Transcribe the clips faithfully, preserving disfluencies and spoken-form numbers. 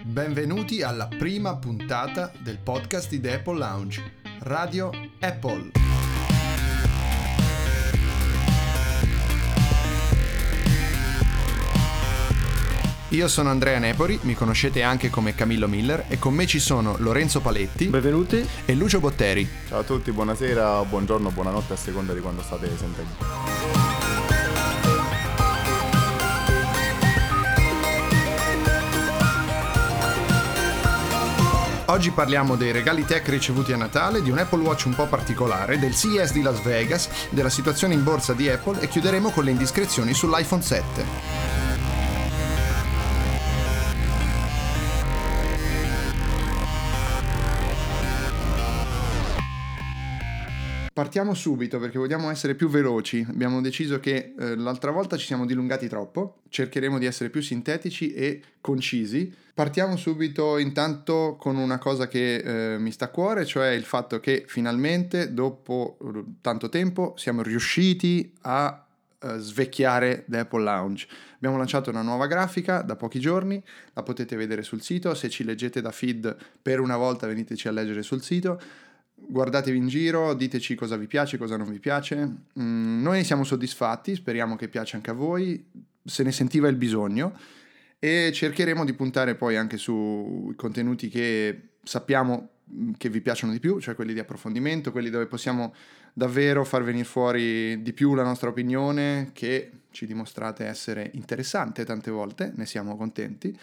Benvenuti alla prima puntata del podcast di The Apple Lounge, Radio Apple. Io sono Andrea Nepori, mi conoscete anche come Camillo Miller e con me ci sono Lorenzo Paletti. Benvenuti. E Lucio Botteri. Ciao a tutti, buonasera, buongiorno, buonanotte a seconda di quando state sentendo. Oggi parliamo dei regali tech ricevuti a Natale, di un Apple Watch un po' particolare, del C E S di Las Vegas, della situazione in borsa di Apple e chiuderemo con le indiscrezioni sull'iPhone sette. Partiamo subito perché vogliamo essere più veloci. Abbiamo deciso che eh, l'altra volta ci siamo dilungati troppo, cercheremo di essere più sintetici e concisi. Partiamo subito intanto con una cosa che eh, mi sta a cuore, cioè il fatto che finalmente dopo tanto tempo siamo riusciti a eh, svecchiare The Apple Lounge. Abbiamo lanciato una nuova grafica da pochi giorni, la potete vedere sul sito, se ci leggete da feed per una volta veniteci a leggere sul sito. Guardatevi in giro, diteci cosa vi piace, cosa non vi piace. Mm, noi siamo soddisfatti, speriamo che piaccia anche a voi, se ne sentiva il bisogno e cercheremo di puntare poi anche sui contenuti che sappiamo che vi piacciono di più, cioè quelli di approfondimento, quelli dove possiamo davvero far venire fuori di più la nostra opinione, che ci dimostrate essere interessante tante volte, ne siamo contenti.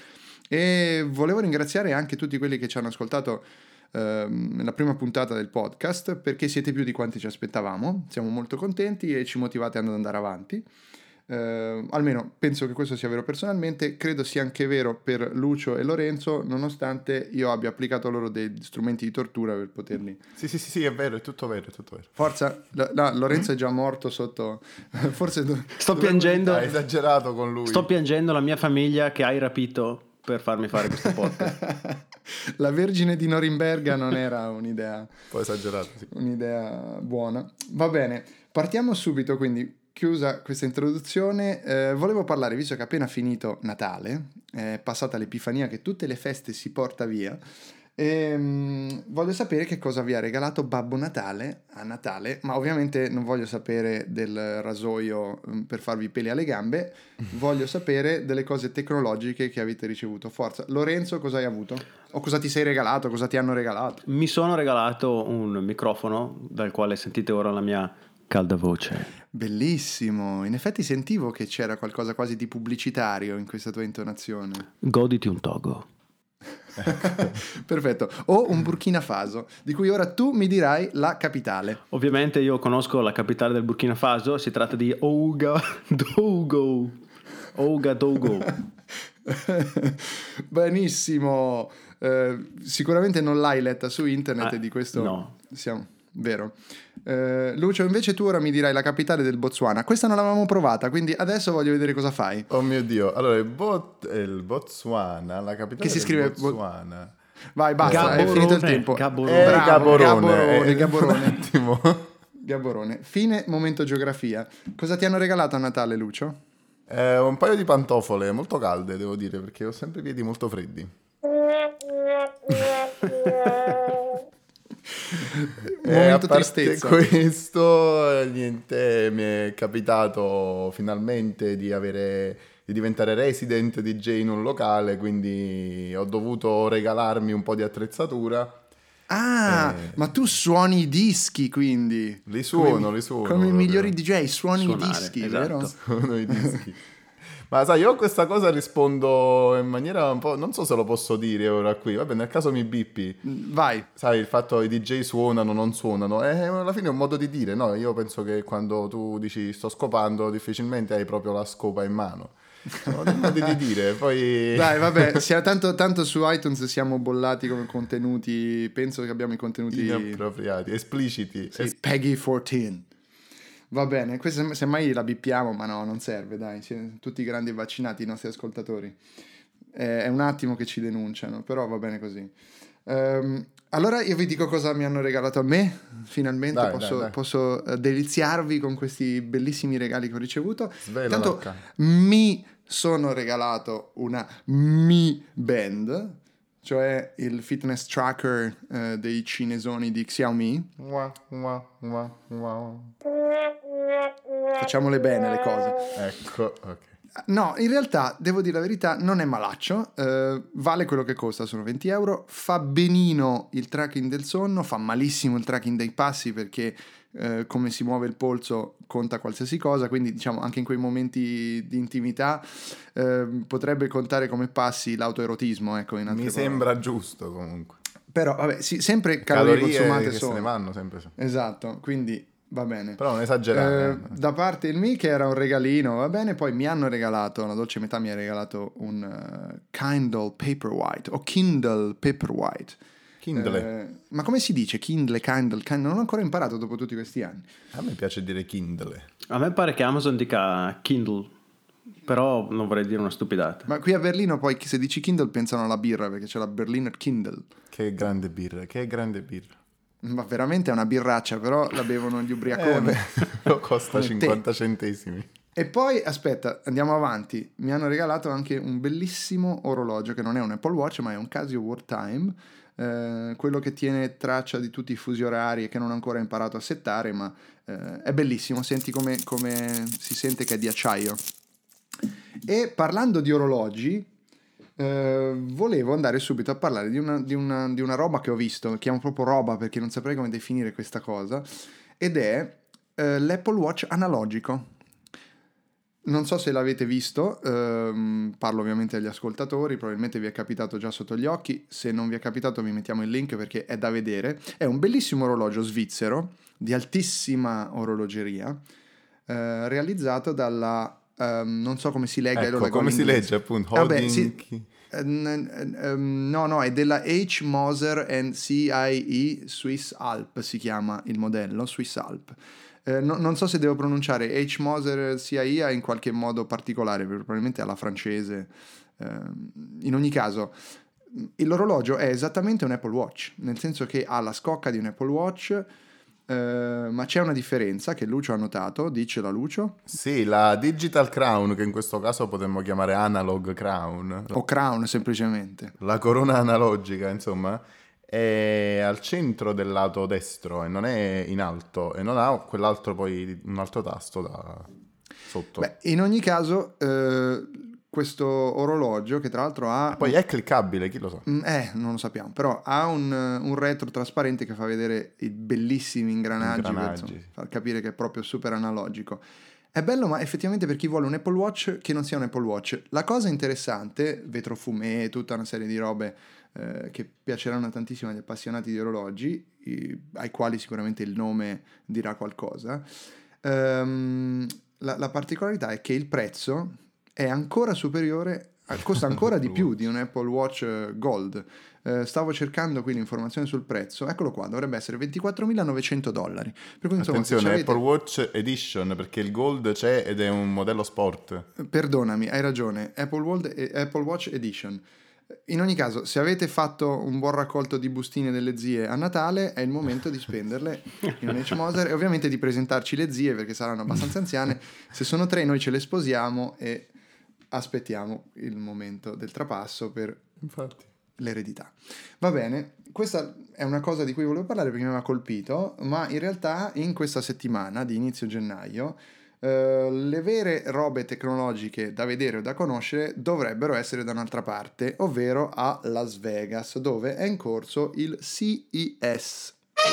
E volevo ringraziare anche tutti quelli che ci hanno ascoltato nella prima puntata del podcast, perché siete più di quanti ci aspettavamo, siamo molto contenti e ci motivate ad andare avanti. Uh, almeno penso che questo sia vero personalmente, credo sia anche vero per Lucio e Lorenzo, nonostante io abbia applicato loro degli strumenti di tortura per poterli... Sì, sì, sì, sì, è vero, è tutto vero, è tutto vero. Forza, no, Lorenzo è già morto sotto... Forse do... Sto piangendo... Hai esagerato con lui. Sto piangendo la mia famiglia che hai rapito per farmi fare questo podcast. La Vergine di Norimberga non era un'idea... Un po' esagerato, sì. Un'idea buona. Va bene, partiamo subito quindi. Chiusa questa introduzione, eh, volevo parlare, visto che è appena finito Natale, è passata l'Epifania che tutte le feste si porta via, e um, voglio sapere che cosa vi ha regalato Babbo Natale a Natale, ma ovviamente non voglio sapere del rasoio um, per farvi i peli alle gambe, voglio sapere delle cose tecnologiche che avete ricevuto. Forza, Lorenzo, cosa hai avuto? O cosa ti sei regalato, cosa ti hanno regalato? Mi sono regalato un microfono dal quale sentite ora la mia calda voce. Bellissimo, in effetti sentivo che c'era qualcosa quasi di pubblicitario in questa tua intonazione. Goditi un Togo. Perfetto, o un Burkina Faso, di cui ora tu mi dirai la capitale. Ovviamente io conosco la capitale del Burkina Faso, si tratta di Ouagadougou. Ouagadougou. Benissimo, eh, sicuramente non l'hai letta su internet, ah, e di questo no. siamo... Vero. Uh, Lucio, invece tu ora mi dirai la capitale del Botswana. Questa non l'avevamo provata, quindi adesso voglio vedere cosa fai. Oh mio Dio, allora il, Bot, il Botswana, la capitale che si del scrive Botswana. Vai, basta, Gaborone, è finito il tempo. Gaborone. Eh, Bravo, Gaborone, Gaborone, eh, Gaborone. Un attimo. Gaborone. Fine momento geografia. Cosa ti hanno regalato a Natale, Lucio? Eh, un paio di pantofole molto calde, devo dire, perché ho sempre i piedi molto freddi. Momento eh, a parte tristezza. Questo, niente, mi è capitato finalmente di avere di diventare resident D J in un locale, quindi ho dovuto regalarmi un po' di attrezzatura. Ah, eh, ma tu suoni i dischi, quindi? Li suono, come, li suono. Come i proprio. migliori D J, suoni Suonare, i dischi, esatto. vero? Suono i dischi. Ma sai, io a questa cosa rispondo in maniera un po'... Non so se lo posso dire ora qui. Vabbè, nel caso mi bippi. Vai. Sai, il fatto che i D J suonano, non suonano, è alla fine è un modo di dire, no? Io penso che quando tu dici sto scopando, difficilmente hai proprio la scopa in mano. Sono dei modi di dire, poi... Dai, vabbè, sia, tanto, tanto su iTunes siamo bollati come contenuti, penso che abbiamo i contenuti... inappropriati, espliciti. Sì, es- Peggy quattordici. Va bene, questa semmai la bippiamo, ma no, non serve, dai, tutti grandi e vaccinati i nostri ascoltatori. È un attimo che ci denunciano, però va bene così. Um, allora io vi dico cosa mi hanno regalato a me, finalmente dai, posso, dai, dai. posso deliziarvi con questi bellissimi regali che ho ricevuto. Svela Tanto mi sono regalato una Mi Band, cioè il fitness tracker eh, dei cinesoni di Xiaomi. Wow, wow, wow, wow. Facciamole bene le cose. Ecco, ok. No, in realtà, devo dire la verità, non è malaccio, eh, vale quello che costa, sono venti euro, fa benino il tracking del sonno, fa malissimo il tracking dei passi perché eh, come si muove il polso conta qualsiasi cosa, quindi diciamo anche in quei momenti di intimità eh, potrebbe contare come passi l'autoerotismo, ecco, in altre Mi parole. sembra giusto comunque. Però, vabbè, sì, sempre calorie, Calorie consumate che sono. se ne vanno sempre su. Esatto, quindi va bene. Però non esagerare. Eh, da parte il Mickey era un regalino, va bene, poi mi hanno regalato, la dolce metà mi ha regalato un uh, Kindle Paperwhite o Kindle Paperwhite. Kindle. Eh, ma come si dice? Kindle, Kindle, Kindle? Non ho ancora imparato dopo tutti questi anni. A me piace dire Kindle. A me pare che Amazon dica Kindle, però non vorrei dire una stupidata. Ma qui a Berlino poi se dici Kindle pensano alla birra perché c'è la Berliner Kindle. Che grande birra, che grande birra. Ma veramente è una birraccia, però la bevono gli ubriaconi. Eh, beh, costa Come cinquanta te. centesimi. E poi, aspetta, andiamo avanti. Mi hanno regalato anche un bellissimo orologio che non è un Apple Watch, ma è un Casio Wartime, eh, quello che tiene traccia di tutti i fusi orari e che non ho ancora imparato a settare, ma eh, è bellissimo. Senti come, come si sente che è di acciaio. E parlando di orologi, eh, volevo andare subito a parlare di una, di, una, di una roba che ho visto, chiamo proprio roba perché non saprei come definire questa cosa, ed è eh, l'Apple Watch analogico. Non so se l'avete visto, ehm, parlo ovviamente agli ascoltatori, probabilmente vi è capitato già sotto gli occhi, se non vi è capitato vi mettiamo il link perché è da vedere. È un bellissimo orologio svizzero di altissima orologeria, eh, realizzato dalla... Um, non so come si legga, Ecco, lo leggo come in si inglese. legge appunto? Vabbè, Holding... sì, eh, n- um, no, no, è della H. Moser and C I E Swiss Alp, si chiama il modello, Swiss Alp. Eh, no, non so se devo pronunciare H. Moser C I E in qualche modo particolare, probabilmente alla francese. Eh, in ogni caso, l'orologio è esattamente un Apple Watch, nel senso che ha la scocca di un Apple Watch. Uh, ma c'è una differenza che Lucio ha notato, dice la Lucio. Sì, la Digital Crown, che in questo caso potremmo chiamare Analog Crown. O Crown semplicemente. La corona analogica, insomma, è al centro del lato destro e non è in alto e non ha quell'altro poi un altro tasto da sotto. Beh, in ogni caso, eh, questo orologio che tra l'altro ha... Poi è cliccabile, chi lo sa? Eh, non lo sappiamo, però ha un, un retro trasparente che fa vedere i bellissimi ingranaggi, Ingranaggi. per insomma, far capire che è proprio super analogico. È bello, ma effettivamente per chi vuole un Apple Watch che non sia un Apple Watch. La cosa interessante, vetro fumé, tutta una serie di robe eh, che piaceranno tantissimo agli appassionati di orologi, i, ai quali sicuramente il nome dirà qualcosa, ehm, la, la particolarità è che il prezzo è ancora superiore, costa ancora di più di un Apple Watch Gold. Eh, stavo cercando qui l'informazione sul prezzo, eccolo qua, dovrebbe essere ventiquattromilanovecento dollari. Per cui, insomma, Attenzione, se avete... Apple Watch Edition, perché il Gold c'è ed è un modello sport. Perdonami, hai ragione, Apple, World e Apple Watch Edition. In ogni caso, se avete fatto un buon raccolto di bustine delle zie a Natale, è il momento di spenderle in un H. Moser e ovviamente di presentarci le zie perché saranno abbastanza anziane. Se sono tre noi ce le sposiamo e aspettiamo il momento del trapasso per Infatti. l'eredità. Va bene, questa è una cosa di cui volevo parlare perché mi aveva colpito, ma in realtà in questa settimana di inizio gennaio eh, le vere robe tecnologiche da vedere o da conoscere dovrebbero essere da un'altra parte, ovvero a Las Vegas, dove è in corso il C E S.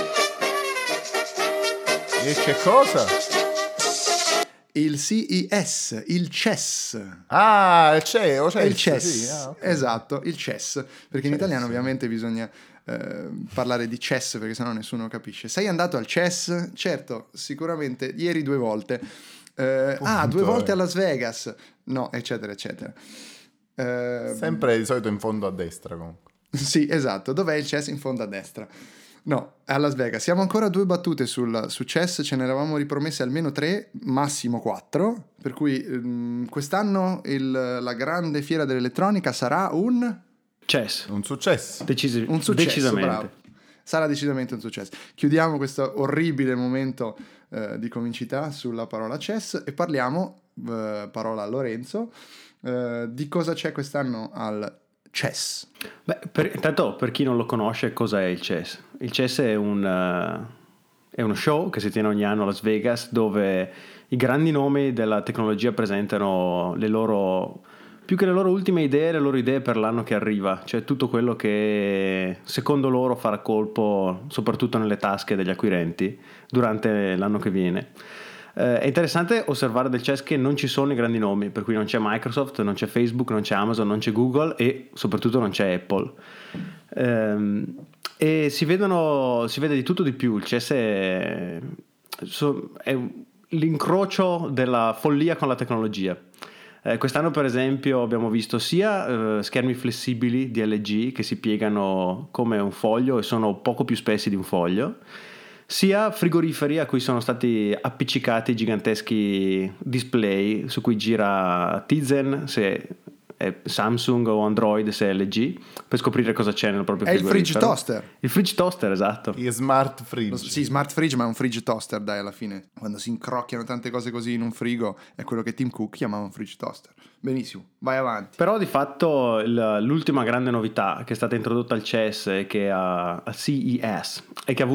E che cosa? Il C E S, il C E S. Ah, c'è, o c'è il C E S, sì. Ah, okay. Esatto, il C E S, perché in C E S. italiano ovviamente bisogna eh, parlare di chess perché sennò nessuno capisce. Sei andato al C E S? Certo, sicuramente, ieri due volte. Eh, ah, due volte a Las Vegas? No, eccetera, eccetera. Eh, Sempre di solito in fondo a destra comunque. Sì, esatto, dov'è il C E S? In fondo a destra. No, a Las Vegas. Siamo ancora a due battute sul, su C E S, ce ne eravamo ripromesse almeno tre, massimo quattro, per cui ehm, quest'anno il, la grande fiera dell'elettronica sarà un... C E S. Un successo. Decisi- un successo, decisamente. bravo. Sarà decisamente un successo. Chiudiamo questo orribile momento eh, di comicità sulla parola C E S e parliamo, eh, parola a Lorenzo, eh, di cosa c'è quest'anno al chess. Beh, per, intanto per chi non lo conosce, cos'è il chess? Il chess è un, uh, è uno show che si tiene ogni anno a Las Vegas, dove i grandi nomi della tecnologia presentano le loro, più che le loro ultime idee, le loro idee per l'anno che arriva, cioè tutto quello che secondo loro farà colpo soprattutto nelle tasche degli acquirenti durante l'anno che viene. Eh, è interessante osservare del chess che non ci sono i grandi nomi, per cui non c'è Microsoft, non c'è Facebook, non c'è Amazon, non c'è Google e soprattutto non c'è Apple. Ehm, e si vedono, si vede di tutto di più. Il chess è, è l'incrocio della follia con la tecnologia. Eh, quest'anno per esempio abbiamo visto sia eh, schermi flessibili di L G che si piegano come un foglio e sono poco più spessi di un foglio, sia frigoriferi a cui sono stati appiccicati giganteschi display su cui gira Tizen se è Samsung o Android se è L G, per scoprire cosa c'è nel proprio è frigorifero. È il fridge toaster. Il fridge toaster, esatto. Il smart fridge. Sì, smart fridge, ma è un fridge toaster, dai, alla fine. Quando si incrocchiano tante cose così in un frigo, è quello che Tim Cook chiamava un fridge toaster. Benissimo, vai avanti. Però di fatto il, l'ultima grande novità che è stata introdotta al chess e che ha al C E S e che ha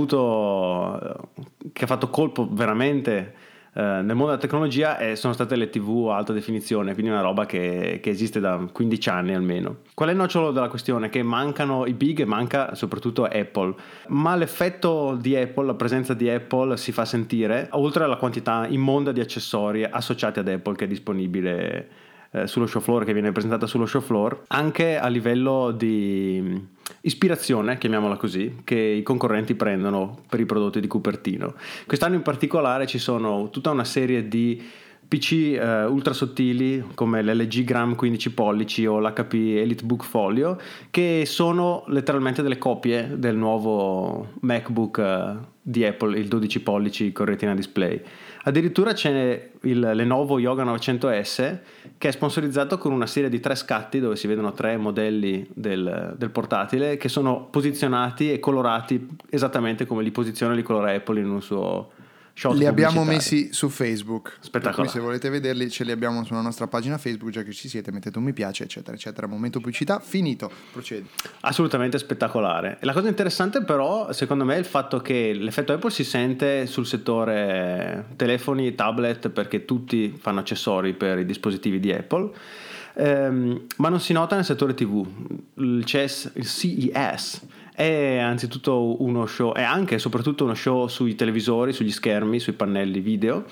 avuto che ha fatto colpo veramente eh, nel mondo della tecnologia è, sono state le tivù a alta definizione, quindi una roba che, che esiste da quindici anni almeno. Qual è il nocciolo della questione? Che mancano i big e manca soprattutto Apple, ma l'effetto di Apple, la presenza di Apple si fa sentire oltre alla quantità immonda di accessori associati ad Apple che è disponibile Eh, sullo show floor, che viene presentata sullo show floor, anche a livello di ispirazione, chiamiamola così, che i concorrenti prendono per i prodotti di Cupertino. Quest'anno in particolare ci sono tutta una serie di P C eh, ultra sottili come l'L G Gram quindici pollici o l'H P EliteBook Folio, che sono letteralmente delle copie del nuovo MacBook eh, di Apple, il dodici pollici con Retina display. Addirittura c'è il Lenovo Yoga novecento S che è sponsorizzato con una serie di tre scatti dove si vedono tre modelli del, del portatile che sono posizionati e colorati esattamente come li posiziona e li colora Apple in un suo shot li abbiamo pubblicitario. messi su Facebook, spettacolare. se volete vederli ce li abbiamo sulla nostra pagina Facebook, già che ci siete mettete un mi piace eccetera eccetera. Momento pubblicità finito, procedi. Assolutamente spettacolare. E la cosa interessante però secondo me è il fatto che l'effetto Apple si sente sul settore telefoni, tablet, perché tutti fanno accessori per i dispositivi di Apple, ehm, ma non si nota nel settore tivù. Il C E S, il C E S è anzitutto uno show, è anche e soprattutto uno show sui televisori, sugli schermi, sui pannelli video.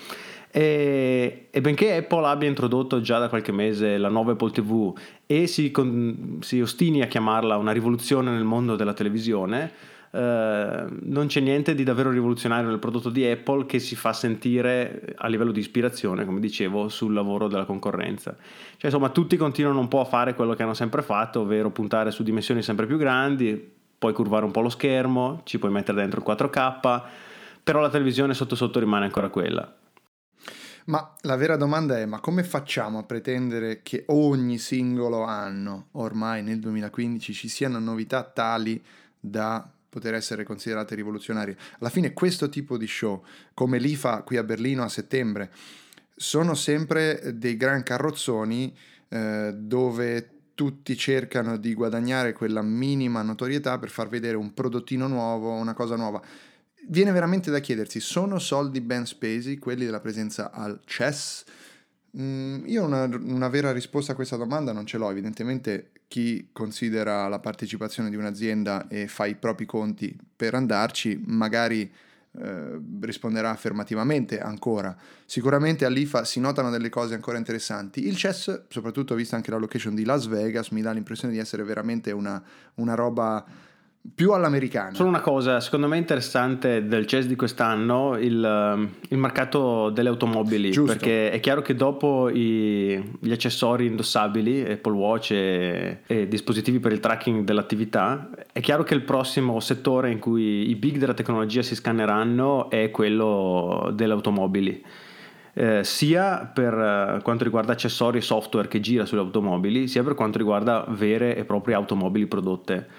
E, e benché Apple abbia introdotto già da qualche mese la nuova Apple T V e si, con, si ostini a chiamarla una rivoluzione nel mondo della televisione, eh, non c'è niente di davvero rivoluzionario nel prodotto di Apple che si fa sentire a livello di ispirazione, come dicevo, sul lavoro della concorrenza. Cioè, insomma, tutti continuano un po' a fare quello che hanno sempre fatto, ovvero puntare su dimensioni sempre più grandi, puoi curvare un po' lo schermo, ci puoi mettere dentro il quattro K, però la televisione sotto sotto rimane ancora quella. Ma la vera domanda è: ma come facciamo a pretendere che ogni singolo anno, ormai nel duemilaquindici, ci siano novità tali da poter essere considerate rivoluzionarie? Alla fine questo tipo di show, come l'I F A qui a Berlino a settembre, sono sempre dei gran carrozzoni eh, dove tutti cercano di guadagnare quella minima notorietà per far vedere un prodottino nuovo, una cosa nuova. Viene veramente da chiedersi: sono soldi ben spesi quelli della presenza al chess? Mm, io una, una vera risposta a questa domanda non ce l'ho. Evidentemente chi considera la partecipazione di un'azienda e fa i propri conti per andarci magari eh, risponderà affermativamente ancora. Sicuramente all'I F A si notano delle cose ancora interessanti. Il chess, soprattutto vista anche la location di Las Vegas, mi dà l'impressione di essere veramente una, una roba più all'americana. Solo una cosa, secondo me interessante del chess di quest'anno, il, il mercato delle automobili. Giusto. Perché è chiaro che dopo i, gli accessori indossabili, Apple Watch e, e dispositivi per il tracking dell'attività, è chiaro che il prossimo settore in cui i big della tecnologia si scanneranno è quello delle automobili. Eh, sia per eh, quanto riguarda accessori e software che gira sulle automobili, sia per quanto riguarda vere e proprie automobili prodotte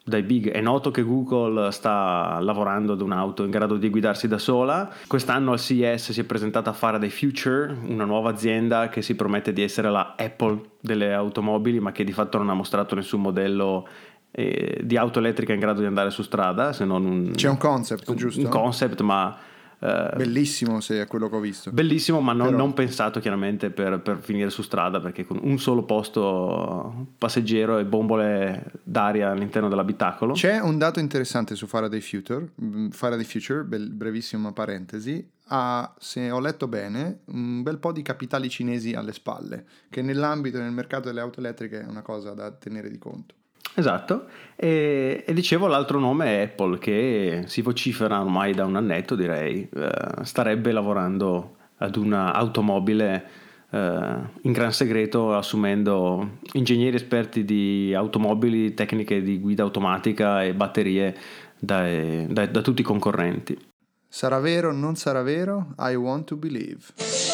dai big. È noto che Google sta lavorando ad un'auto in grado di guidarsi da sola. Quest'anno al C E S si è presentata Faraday Future, una nuova azienda che si promette di essere la Apple delle automobili, ma che di fatto non ha mostrato nessun modello eh, di auto elettrica in grado di andare su strada, se non un, c'è un concept, un, giusto? Un concept, ma Uh, bellissimo, se è quello che ho visto. Bellissimo, ma non, Però... non pensato chiaramente per, per finire su strada, perché con un solo posto passeggero e bombole d'aria all'interno dell'abitacolo. C'è un dato interessante su Faraday Future, Faraday Future, brevissima parentesi, ha, se ho letto bene, un bel po' di capitali cinesi alle spalle, che nell'ambito e nel mercato delle auto elettriche è una cosa da tenere di conto. Esatto, e, e dicevo l'altro nome è Apple, che si vocifera ormai da un annetto, direi, eh, starebbe lavorando ad una automobile eh, in gran segreto, assumendo ingegneri esperti di automobili, tecniche di guida automatica e batterie da, da, da tutti i concorrenti. Sarà vero o non sarà vero? I want to believe.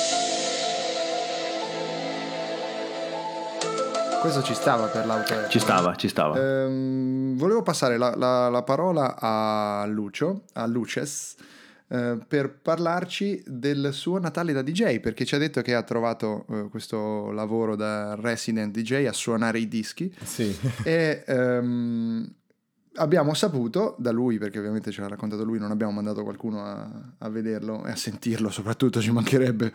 Questo ci stava per l'auto. Ci stava, ci stava. Ehm, volevo passare la, la, la parola a Lucio, a Luces, eh, per parlarci del suo Natale da D J, perché ci ha detto che ha trovato eh, questo lavoro da resident D J a suonare i dischi. Sì. E ehm, abbiamo saputo da lui, perché ovviamente ce l'ha raccontato lui, non abbiamo mandato qualcuno a, a vederlo e a sentirlo, soprattutto ci mancherebbe.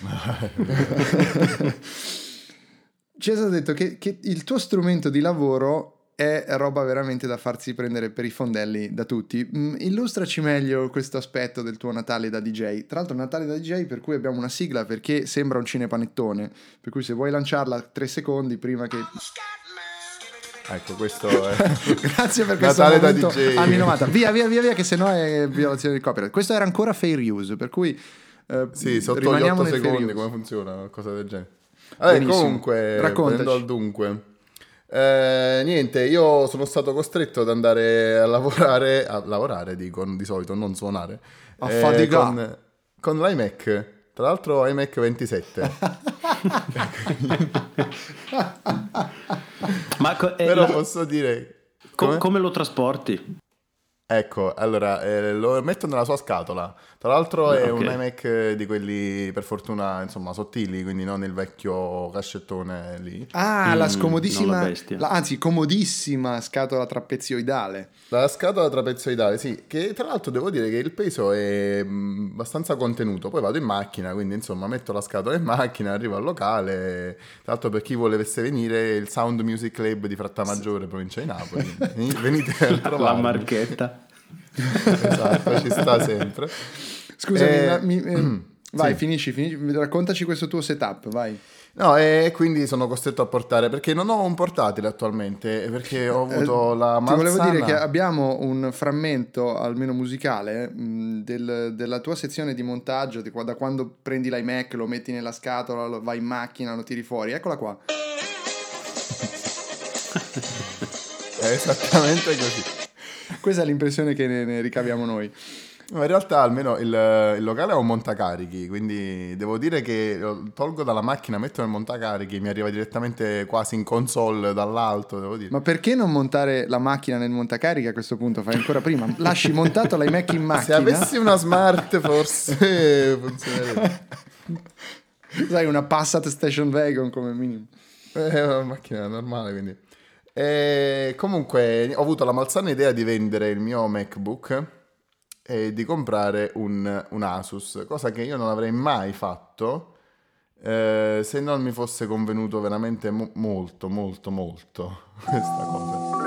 Ci è stato detto che, che il tuo strumento di lavoro è roba veramente da farsi prendere per i fondelli da tutti. Mm, illustraci meglio questo aspetto del tuo Natale da D J. Tra l'altro Natale da D J per cui abbiamo una sigla, perché sembra un cinepanettone, per cui se vuoi lanciarla tre secondi prima che... Ecco, questo è... Grazie per questo Natale da momento D J. anni novanta. Via, via, via, via, che sennò è violazione di copyright. Questo era ancora fair use, per cui... Eh, sì, sotto gli rimaniamo otto nel fair secondi, use. come funziona? Qualcosa del genere. Allora, comunque, prendendo al dunque, eh, niente, io sono stato costretto ad andare a lavorare, a lavorare dico, di solito, non suonare, a eh, faticare con, con l'iMac, tra l'altro iMac ventisette. Ma co- eh, Però la... posso dire... Come? come lo trasporti? Ecco, allora, eh, lo metto nella sua scatola. Tra l'altro è okay. Un iMac di quelli, per fortuna, insomma, sottili, quindi non il vecchio cascettone lì. Ah, mm, la scomodissima, la la, anzi, comodissima scatola trapezioidale. La scatola trapezioidale, sì, che tra l'altro devo dire che il peso è mh, abbastanza contenuto. Poi vado in macchina, quindi insomma metto la scatola in macchina, arrivo al locale. Tra l'altro per chi volesse venire, il Sound Music Club di Frattamaggiore, provincia di Napoli. Venite a trovarmi. La marchetta. Esatto, ci sta sempre. Scusami, eh, mi, eh, vai, sì. finisci, finisci, raccontaci questo tuo setup, vai. No, e quindi sono costretto a portare, perché non ho un portatile attualmente, perché ho avuto eh, la malsana. Ti volevo dire che abbiamo un frammento, almeno musicale, mh, del, della tua sezione di montaggio, di, da quando prendi l'iMac, lo metti nella scatola, lo vai in macchina, lo tiri fuori, eccola qua. È esattamente così. Questa è l'impressione che ne, ne ricaviamo noi. No, in realtà almeno il, il locale ha un montacarichi, quindi devo dire che lo tolgo dalla macchina, metto nel montacarichi, mi arriva direttamente quasi in console dall'alto, devo dire. Ma perché non montare la macchina nel montacarichi a questo punto? Fai ancora prima, lasci montato l'iMac in macchina. Se avessi una Smart forse funzionerebbe. Sai, una Passat Station Wagon come minimo. È una macchina normale, quindi. E comunque ho avuto la malsana idea di vendere il mio MacBook e di comprare un, un Asus, cosa che io non avrei mai fatto eh, se non mi fosse convenuto veramente mo- molto molto molto questa cosa.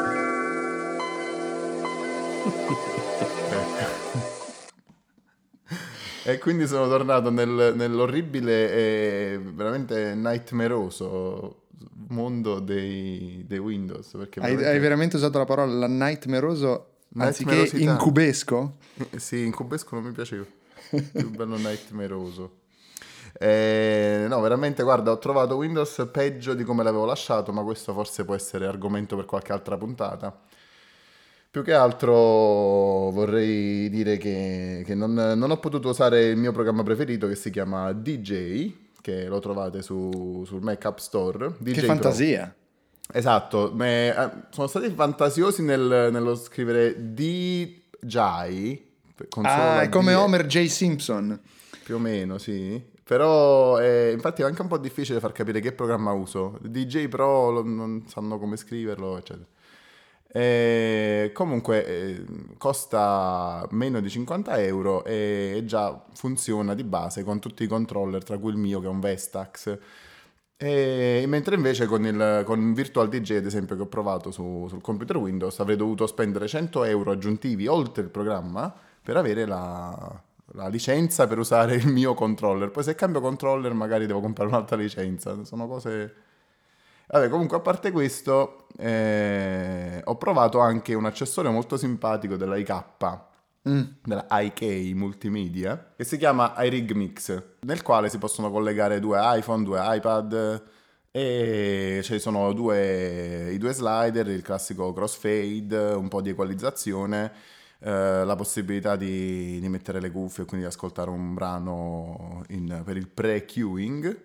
E quindi sono tornato nel, nell'orribile e veramente nightmareoso mondo dei, dei Windows, perché hai, veramente... hai veramente usato la parola la nightmareoso anziché incubesco? Sì, incubesco non mi piaceva, più bello nightmareoso. Eh, no, veramente, guarda, ho trovato Windows peggio di come l'avevo lasciato, ma questo forse può essere argomento per qualche altra puntata. Più che altro vorrei dire che, che non, non ho potuto usare il mio programma preferito, che si chiama D J, che lo trovate su, sul Mac App Store. D J che fantasia! Pro. Esatto, me- eh, sono stati fantasiosi nel- nello scrivere D J, con solo Ah, la è come D, Homer J. Simpson. più o meno, sì. Però eh, infatti è anche un po' difficile far capire che programma uso. D J Pro lo- non sanno come scriverlo, eccetera. E comunque eh, costa meno di cinquanta euro e già funziona di base con tutti i controller, tra cui il mio che è un Vestax. E mentre invece con il con Virtual D J, ad esempio, che ho provato su- sul computer Windows, avrei dovuto spendere cento euro aggiuntivi oltre il programma per avere la, la licenza per usare il mio controller. Poi se cambio controller magari devo comprare un'altra licenza. Sono cose... Vabbè, comunque a parte questo, eh, ho provato anche un accessorio molto simpatico della I K, Mm. della I K Multimedia, che si chiama iRig Mix, nel quale si possono collegare due iPhone, due iPad e ci sono due, i due slider, il classico crossfade, un po' di equalizzazione, eh, la possibilità di, di mettere le cuffie e quindi ascoltare un brano in- per il pre-queuing.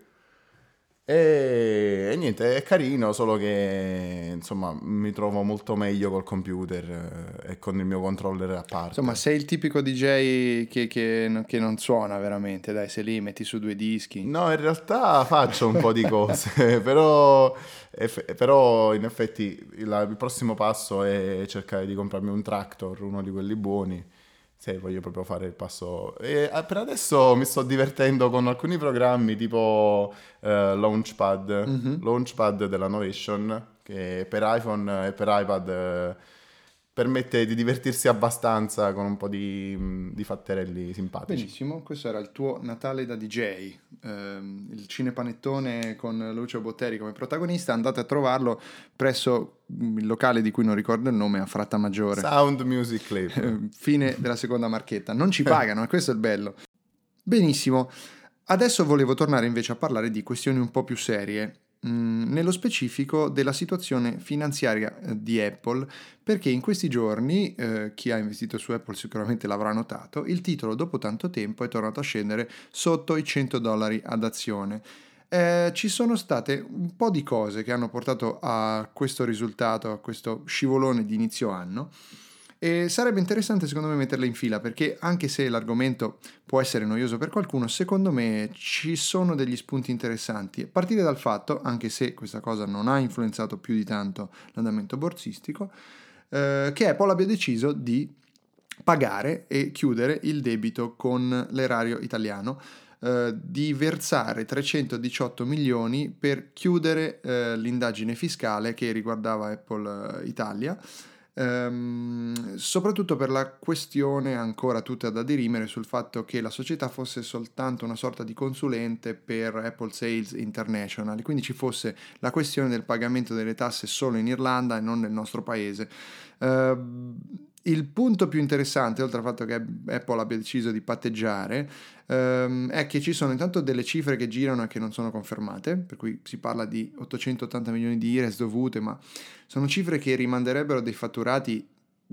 E, e niente, è carino, solo che insomma mi trovo molto meglio col computer eh, e con il mio controller a Insomma, parte. sei il tipico D J che, che- che non suona veramente, dai, sei lì, metti su due dischi. No, in realtà faccio un po' di cose, però, eff- però in effetti il, il prossimo passo è cercare di comprarmi un tractor, uno di quelli buoni, se voglio proprio fare il passo. E eh, per adesso mi sto divertendo con alcuni programmi tipo eh, Launchpad, Mhm. Launchpad della Novation, che per iPhone e per iPad eh, permette di divertirsi abbastanza con un po' di, di fatterelli simpatici. Benissimo, questo era il tuo Natale da D J, ehm, il cinepanettone con Lucio Botteri come protagonista. Andate a trovarlo presso mm, il locale di cui non ricordo il nome, a Fratta Maggiore. Sound Music Club. Eh, Fine della seconda marchetta. Non ci pagano, e questo è il bello. Benissimo, adesso volevo tornare invece a parlare di questioni un po' più serie, mm, nello specifico della situazione finanziaria eh, di Apple, perché in questi giorni, eh, chi ha investito su Apple sicuramente l'avrà notato, il titolo dopo tanto tempo è tornato a scendere sotto i cento dollari ad azione. Eh, ci sono state un po' di cose che hanno portato a questo risultato, a questo scivolone di inizio anno. E sarebbe interessante secondo me metterle in fila, perché anche se l'argomento può essere noioso per qualcuno, secondo me ci sono degli spunti interessanti. A partire dal fatto, anche se questa cosa non ha influenzato più di tanto l'andamento borsistico, eh, che Apple abbia deciso di pagare e chiudere il debito con l'erario italiano, eh, di versare trecentodiciotto milioni per chiudere eh, l'indagine fiscale che riguardava Apple eh, Italia. Ehm, soprattutto per la questione ancora tutta da dirimere sul fatto che la società fosse soltanto una sorta di consulente per Apple Sales International, quindi ci fosse la questione del pagamento delle tasse solo in Irlanda e non nel nostro paese. Ehm, il punto più interessante, oltre al fatto che Apple abbia deciso di patteggiare, ehm, è che ci sono intanto delle cifre che girano e che non sono confermate, per cui si parla di ottocentottanta milioni di I R E S dovute, ma sono cifre che rimanderebbero dei fatturati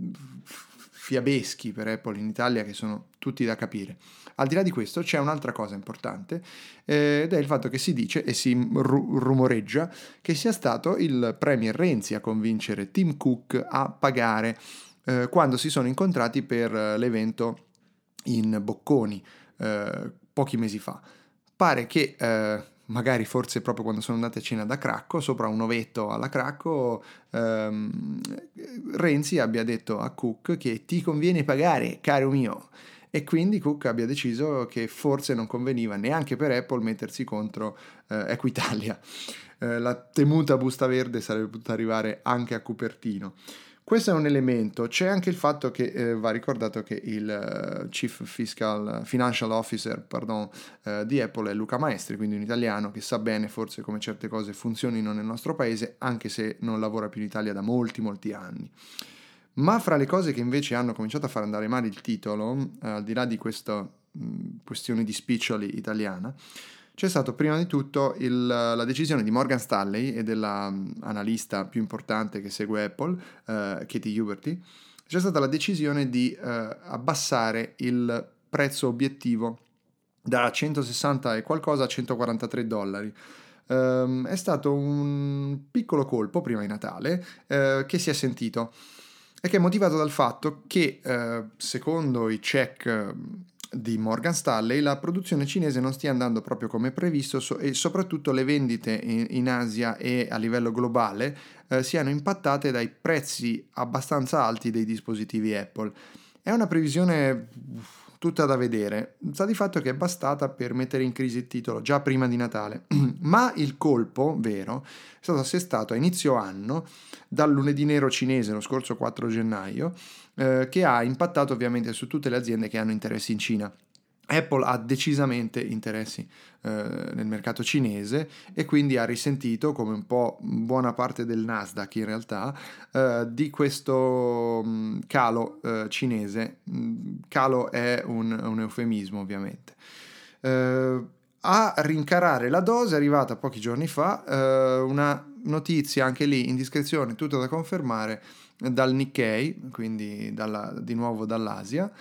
fiabeschi per Apple in Italia che sono tutti da capire. Al di là di questo c'è un'altra cosa importante eh, ed è il fatto che si dice e si ru- rumoreggia che sia stato il premier Renzi a convincere Tim Cook a pagare eh, quando si sono incontrati per l'evento in Bocconi eh, pochi mesi fa. Pare che eh, magari forse proprio quando sono andati a cena da Cracco, sopra un ovetto alla Cracco, ehm, Renzi abbia detto a Cook che ti conviene pagare, caro mio. E quindi Cook abbia deciso che forse non conveniva neanche per Apple mettersi contro eh, Equitalia. Eh, la temuta busta verde sarebbe potuta arrivare anche a Cupertino. Questo è un elemento. C'è anche il fatto che eh, va ricordato che il uh, Chief Fiscal Financial Officer pardon, uh, di Apple è Luca Maestri, quindi un italiano che sa bene forse come certe cose funzionino nel nostro paese, anche se non lavora più in Italia da molti molti anni. Ma fra le cose che invece hanno cominciato a far andare male il titolo, uh, al di là di questa mh, questione di spiccioli italiana, c'è stato prima di tutto il, la decisione di Morgan Stanley e dell'analista più importante che segue Apple, uh, Katie Huberty. C'è stata la decisione di uh, abbassare il prezzo obiettivo da centosessanta e qualcosa a centoquarantatré dollari. ehm, è stato un piccolo colpo prima di Natale eh, che si è sentito e che è motivato dal fatto che eh, secondo i check di Morgan Stanley la produzione cinese non stia andando proprio come previsto so- e soprattutto le vendite in, in Asia e a livello globale eh, siano impattate dai prezzi abbastanza alti dei dispositivi Apple. È una previsione tutta da vedere, sta di fatto che è bastata per mettere in crisi il titolo già prima di Natale, ma il colpo vero è stato assestato a inizio anno dal lunedì nero cinese lo scorso quattro gennaio, eh, che ha impattato ovviamente su tutte le aziende che hanno interessi in Cina. Apple ha decisamente interessi eh, nel mercato cinese e quindi ha risentito, come un po' buona parte del Nasdaq in realtà, eh, di questo mh, calo eh, cinese. Mh, calo è un, un eufemismo ovviamente. Eh, a rincarare la dose è arrivata pochi giorni fa eh, una notizia, anche lì indiscrezione, tutto da confermare, dal Nikkei, quindi dalla, di nuovo dall'Asia,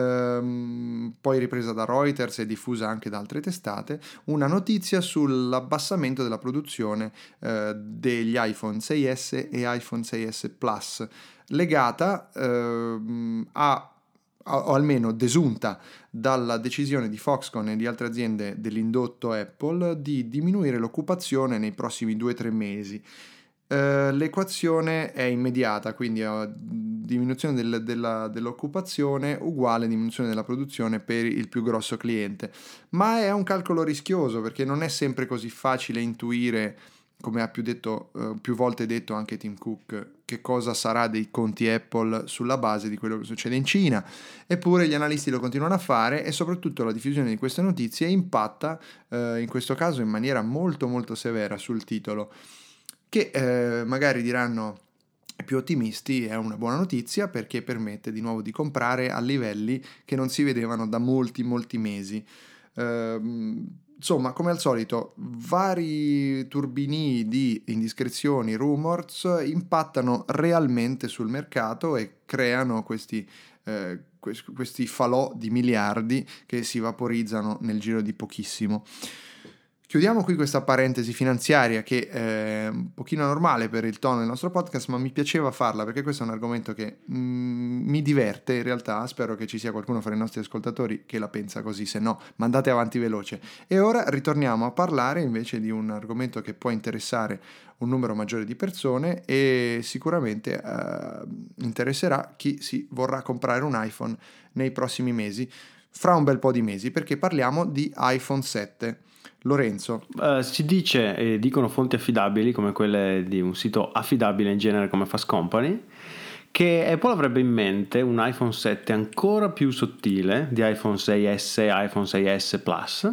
ehm, poi ripresa da Reuters e diffusa anche da altre testate, una notizia sull'abbassamento della produzione eh, degli iPhone sei S e iPhone sei S Plus, legata ehm, a o almeno desunta dalla decisione di Foxconn e di altre aziende dell'indotto Apple di diminuire l'occupazione nei prossimi due tre mesi. Uh, l'equazione è immediata, quindi uh, diminuzione del, della, dell'occupazione uguale diminuzione della produzione per il più grosso cliente, ma è un calcolo rischioso perché non è sempre così facile intuire, come ha più, detto, uh, più volte detto anche Tim Cook, che cosa sarà dei conti Apple sulla base di quello che succede in Cina. Eppure gli analisti lo continuano a fare e soprattutto la diffusione di queste notizie impatta uh, in questo caso in maniera molto molto severa sul titolo, che eh, magari diranno più ottimisti è una buona notizia perché permette di nuovo di comprare a livelli che non si vedevano da molti molti mesi. Uh, insomma, come al solito, vari turbini di indiscrezioni, rumors impattano realmente sul mercato e creano questi, eh, questi falò di miliardi che si vaporizzano nel giro di pochissimo. Chiudiamo qui questa parentesi finanziaria che è un pochino anormale per il tono del nostro podcast, ma mi piaceva farla perché questo è un argomento che mm, mi diverte in realtà. Spero che ci sia qualcuno fra i nostri ascoltatori che la pensa così, se no mandate avanti veloce. E ora ritorniamo a parlare invece di un argomento che può interessare un numero maggiore di persone e sicuramente eh, interesserà chi si vorrà comprare un iPhone nei prossimi mesi, fra un bel po' di mesi, perché parliamo di iPhone sette. Lorenzo. Uh, si dice e dicono fonti affidabili come quelle di un sito affidabile in genere come Fast Company che Apple avrebbe in mente un iPhone sette ancora più sottile di iPhone sei S e iPhone sei S Plus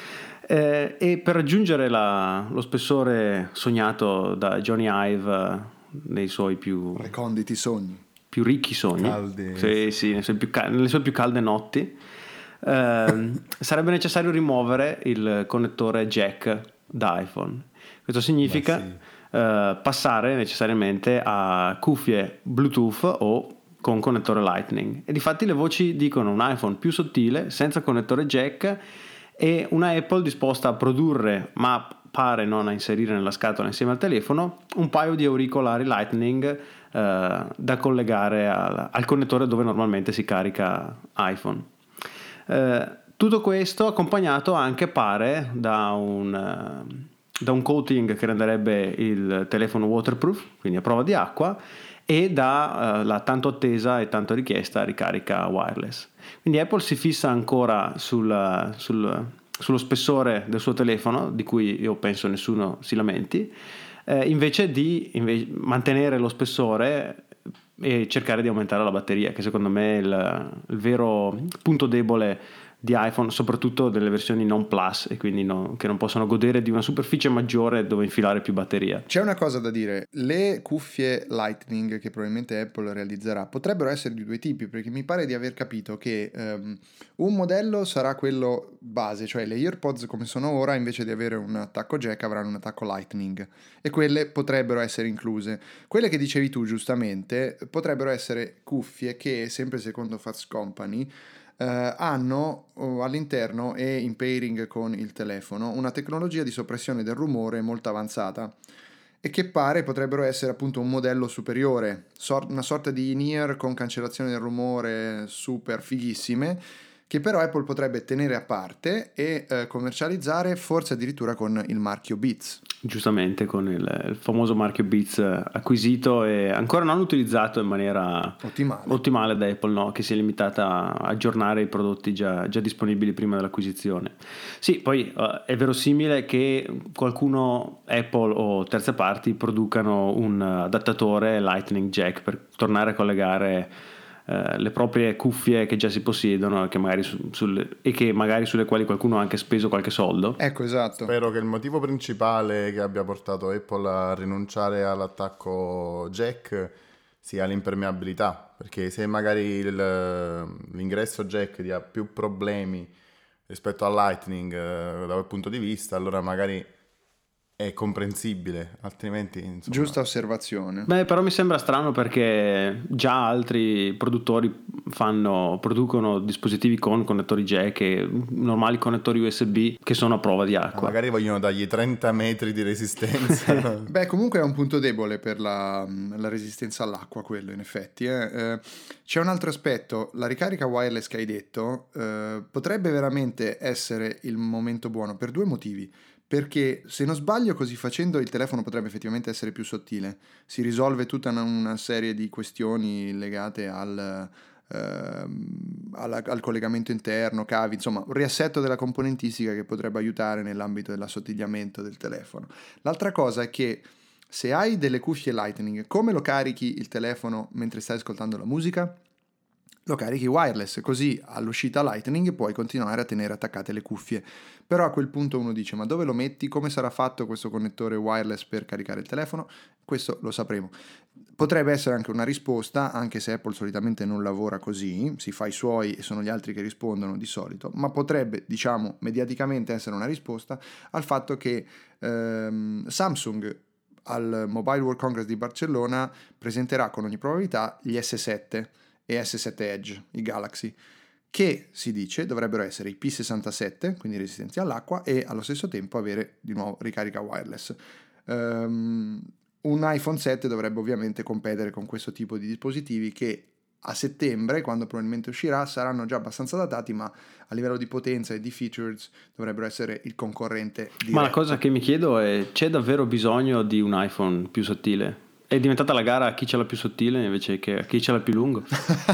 eh, e per raggiungere la, lo spessore sognato da Johnny Ive nei suoi più reconditi sogni, più ricchi sogni, caldi, sì, sì, nelle sue più, nelle sue più calde notti. Uh, sarebbe necessario rimuovere il connettore jack da iPhone. Questo significa sì. uh, passare necessariamente a cuffie Bluetooth o con connettore Lightning. E difatti le voci dicono un iPhone più sottile, senza connettore jack, e una Apple disposta a produrre, ma pare non a inserire nella scatola insieme al telefono, un paio di auricolari Lightning uh, da collegare al, al connettore dove normalmente si carica iPhone. Uh, tutto questo accompagnato anche pare da un, uh, da un coating che renderebbe il telefono waterproof, quindi a prova di acqua, e da uh, la tanto attesa e tanto richiesta ricarica wireless. Quindi Apple si fissa ancora sul, sul, sullo spessore del suo telefono, di cui io penso nessuno si lamenti, eh, invece di invece mantenere lo spessore e cercare di aumentare la batteria, che secondo me è il, il vero punto debole di iPhone, soprattutto delle versioni non Plus e quindi no, che non possono godere di una superficie maggiore dove infilare più batteria. C'è una cosa da dire: le cuffie Lightning che probabilmente Apple realizzerà potrebbero essere di due tipi, perché mi pare di aver capito che um, un modello sarà quello base, cioè le AirPods come sono ora, invece di avere un attacco jack avranno un attacco Lightning, e quelle potrebbero essere incluse. Quelle che dicevi tu giustamente potrebbero essere cuffie che, sempre secondo Fast Company, eh, hanno oh, all'interno e in pairing con il telefono una tecnologia di soppressione del rumore molto avanzata e che pare potrebbero essere appunto un modello superiore, sor- una sorta di in-ear con cancellazione del rumore super fighissime, che però Apple potrebbe tenere a parte e eh, commercializzare forse addirittura con il marchio Beats. Giustamente, con il, il famoso marchio Beats acquisito e ancora non utilizzato in maniera Ottimale. ottimale da Apple, no? Che si è limitata a aggiornare i prodotti già, già disponibili prima dell'acquisizione. Sì, poi uh, è verosimile che qualcuno, Apple o terze parti, producano un adattatore Lightning Jack per tornare a collegare Uh, le proprie cuffie che già si possiedono che magari su, sulle, e che magari sulle quali qualcuno ha anche speso qualche soldo. Ecco, esatto. Spero che il motivo principale che abbia portato Apple a rinunciare all'attacco jack sia l'impermeabilità, perché se magari il, l'ingresso jack ha più problemi rispetto al Lightning eh, da quel punto di vista, allora magari è comprensibile, altrimenti insomma... Giusta osservazione. Beh, però mi sembra strano perché già altri produttori fanno, producono dispositivi con connettori jack e normali connettori U S B che sono a prova di acqua. Magari vogliono dargli trenta metri di resistenza. Beh, comunque è un punto debole per la, la resistenza all'acqua, quello in effetti. Eh. Eh, c'è un altro aspetto, la ricarica wireless che hai detto eh, potrebbe veramente essere il momento buono per due motivi. Perché se non sbaglio, così facendo il telefono potrebbe effettivamente essere più sottile. Si risolve tutta una serie di questioni legate al, ehm, al, al collegamento interno, cavi, insomma un riassetto della componentistica che potrebbe aiutare nell'ambito dell'assottigliamento del telefono. L'altra cosa è che se hai delle cuffie Lightning, come lo carichi il telefono mentre stai ascoltando la musica? Lo carichi wireless, così all'uscita Lightning puoi continuare a tenere attaccate le cuffie. Però a quel punto uno dice: ma dove lo metti? Come sarà fatto questo connettore wireless per caricare il telefono? Questo lo sapremo. Potrebbe essere anche una risposta, anche se Apple solitamente non lavora così, si fa i suoi e sono gli altri che rispondono di solito, ma potrebbe, diciamo, mediaticamente essere una risposta al fatto che ehm, Samsung al Mobile World Congress di Barcellona presenterà con ogni probabilità gli S sette e S sette Edge, i Galaxy, che si dice dovrebbero essere i P sessantasette, quindi resistenti all'acqua, e allo stesso tempo avere di nuovo ricarica wireless. Um, un iPhone sette dovrebbe ovviamente competere con questo tipo di dispositivi che a settembre, quando probabilmente uscirà, saranno già abbastanza datati, ma a livello di potenza e di features dovrebbero essere il concorrente diretto. Ma la cosa che mi chiedo è: c'è davvero bisogno di un iPhone più sottile? È diventata la gara a chi ce l'ha più sottile invece che a chi ce l'ha più lungo?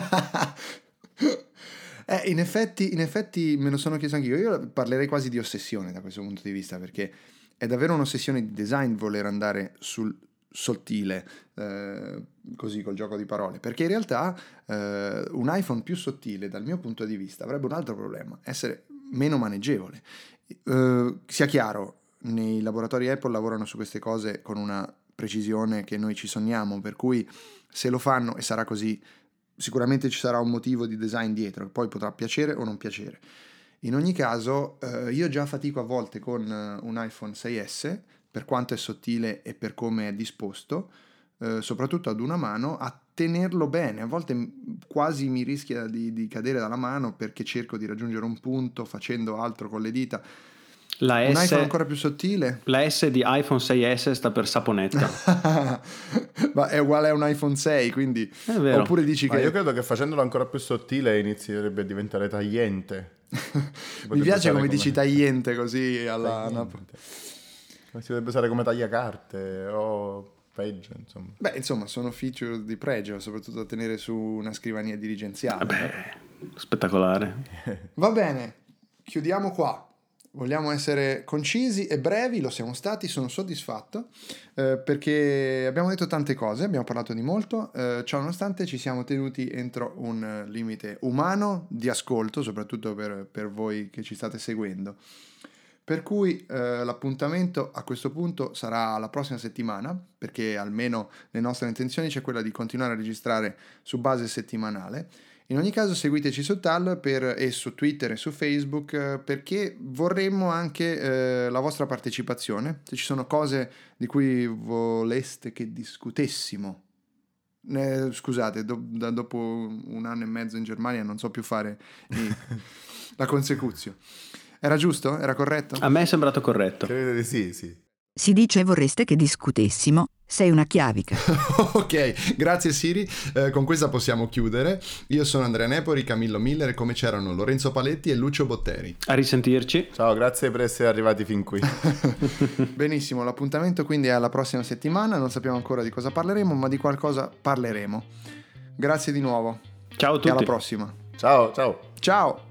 eh, in effetti, in effetti me lo sono chiesto anch'io. Io parlerei quasi di ossessione da questo punto di vista, perché è davvero un'ossessione di design voler andare sul sottile, eh, così col gioco di parole, perché in realtà eh, un iPhone più sottile dal mio punto di vista avrebbe un altro problema: essere meno maneggevole. Eh, sia chiaro, nei laboratori Apple lavorano su queste cose con una precisione che noi ci sogniamo, per cui se lo fanno, e sarà così, sicuramente ci sarà un motivo di design dietro, che poi potrà piacere o non piacere. In ogni caso eh, io già fatico a volte con un iPhone sei esse, per quanto è sottile e per come è disposto, eh, soprattutto ad una mano, a tenerlo bene. A volte quasi mi rischia di, di cadere dalla mano perché cerco di raggiungere un punto facendo altro con le dita. La un S, iPhone ancora più sottile. La S di iPhone sei esse sta per saponetta. Ma è uguale a un iPhone sei, quindi è vero. Oppure dici Ma che io credo che facendolo ancora più sottile inizierebbe a diventare tagliente. Mi piace come, come dici tagliente così alla tagliente. Come si dovrebbe usare come tagliacarte o peggio, insomma. Beh, insomma, sono feature di pregio, soprattutto da tenere su una scrivania dirigenziale. Vabbè, spettacolare. Va bene, chiudiamo qua. Vogliamo essere concisi e brevi, lo siamo stati, sono soddisfatto eh, perché abbiamo detto tante cose, abbiamo parlato di molto, eh, ciò nonostante ci siamo tenuti entro un limite umano di ascolto, soprattutto per, per voi che ci state seguendo. Per cui eh, l'appuntamento a questo punto sarà la prossima settimana, perché almeno le nostre intenzioni c'è quella di continuare a registrare su base settimanale. In ogni caso seguiteci su Tal per, e su Twitter e su Facebook eh, perché vorremmo anche eh, la vostra partecipazione. Se ci sono cose di cui voleste che discutessimo Eh, scusate, do, da, dopo un anno e mezzo in Germania non so più fare i, la consecuzione. Era giusto? Era corretto? A me è sembrato corretto. Credo di sì, sì. Si dice vorreste che discutessimo. Sei una chiavica. Ok, grazie Siri, eh, con questa possiamo chiudere. Io sono Andrea Nepori, Camillo Miller e come c'erano Lorenzo Paletti e Lucio Botteri. A risentirci. Ciao, grazie per essere arrivati fin qui. Benissimo, l'appuntamento quindi è alla prossima settimana, non sappiamo ancora di cosa parleremo, ma di qualcosa parleremo. Grazie di nuovo. Ciao a tutti. E alla prossima. Ciao, ciao. Ciao.